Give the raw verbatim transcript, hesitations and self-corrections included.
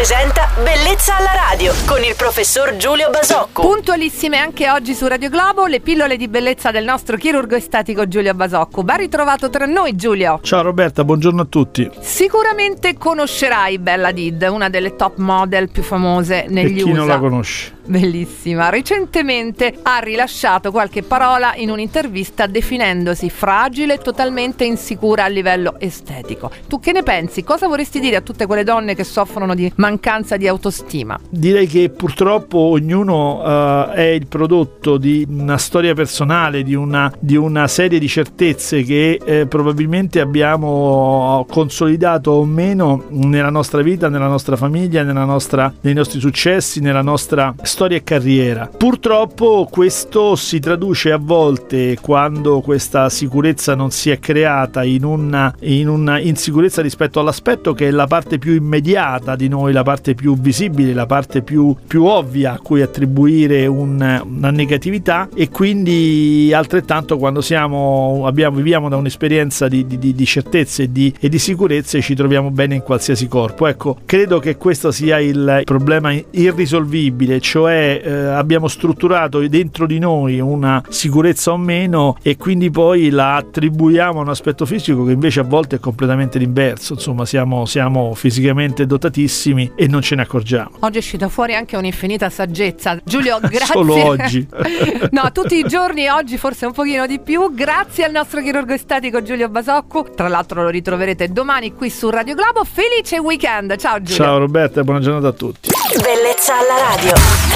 presenta Bellezza alla radio con il professor Giulio Basocco. Puntualissime anche oggi su Radio Globo le pillole di bellezza del nostro chirurgo estetico Giulio Basocco. Ben ritrovato tra noi, Giulio. Ciao Roberta, buongiorno a tutti. Sicuramente conoscerai Bella Hadid, una delle top model più famose negli e chi U S A. non la conosce? Bellissima. Recentemente ha rilasciato qualche parola in un'intervista definendosi fragile e totalmente insicura a livello estetico. Tu che ne pensi? Cosa vorresti dire a tutte quelle donne che soffrono di mancanza di autostima? Direi che purtroppo ognuno uh, è il prodotto di una storia personale, di una, di una serie di certezze che eh, probabilmente abbiamo consolidato o meno nella nostra vita, nella nostra famiglia, nella nostra, nei nostri successi, nella nostra storia e carriera. Purtroppo questo si traduce a volte, quando questa sicurezza non si è creata, in una, in una insicurezza rispetto all'aspetto che è la parte più immediata di noi, la parte più visibile, la parte più, più ovvia a cui attribuire un, una negatività, e quindi altrettanto quando siamo, abbiamo, viviamo da un'esperienza di, di, di certezze e di, e di sicurezze, ci troviamo bene in qualsiasi corpo. Ecco, credo che questo sia il problema irrisolvibile, cioè eh, abbiamo strutturato dentro di noi una sicurezza o meno e quindi poi la attribuiamo a un aspetto fisico che invece a volte è completamente l'inverso. Insomma, siamo, siamo fisicamente dotatissimi e non ce ne accorgiamo. Oggi è uscita fuori anche un'infinita saggezza. Giulio, grazie. Solo oggi. No, tutti i giorni, oggi forse un pochino di più. Grazie al nostro chirurgo estetico Giulio Basocco. Tra l'altro lo ritroverete domani qui su Radio Globo. Felice weekend. Ciao Giulio. Ciao Roberta e buona giornata a tutti. Bellezza alla radio.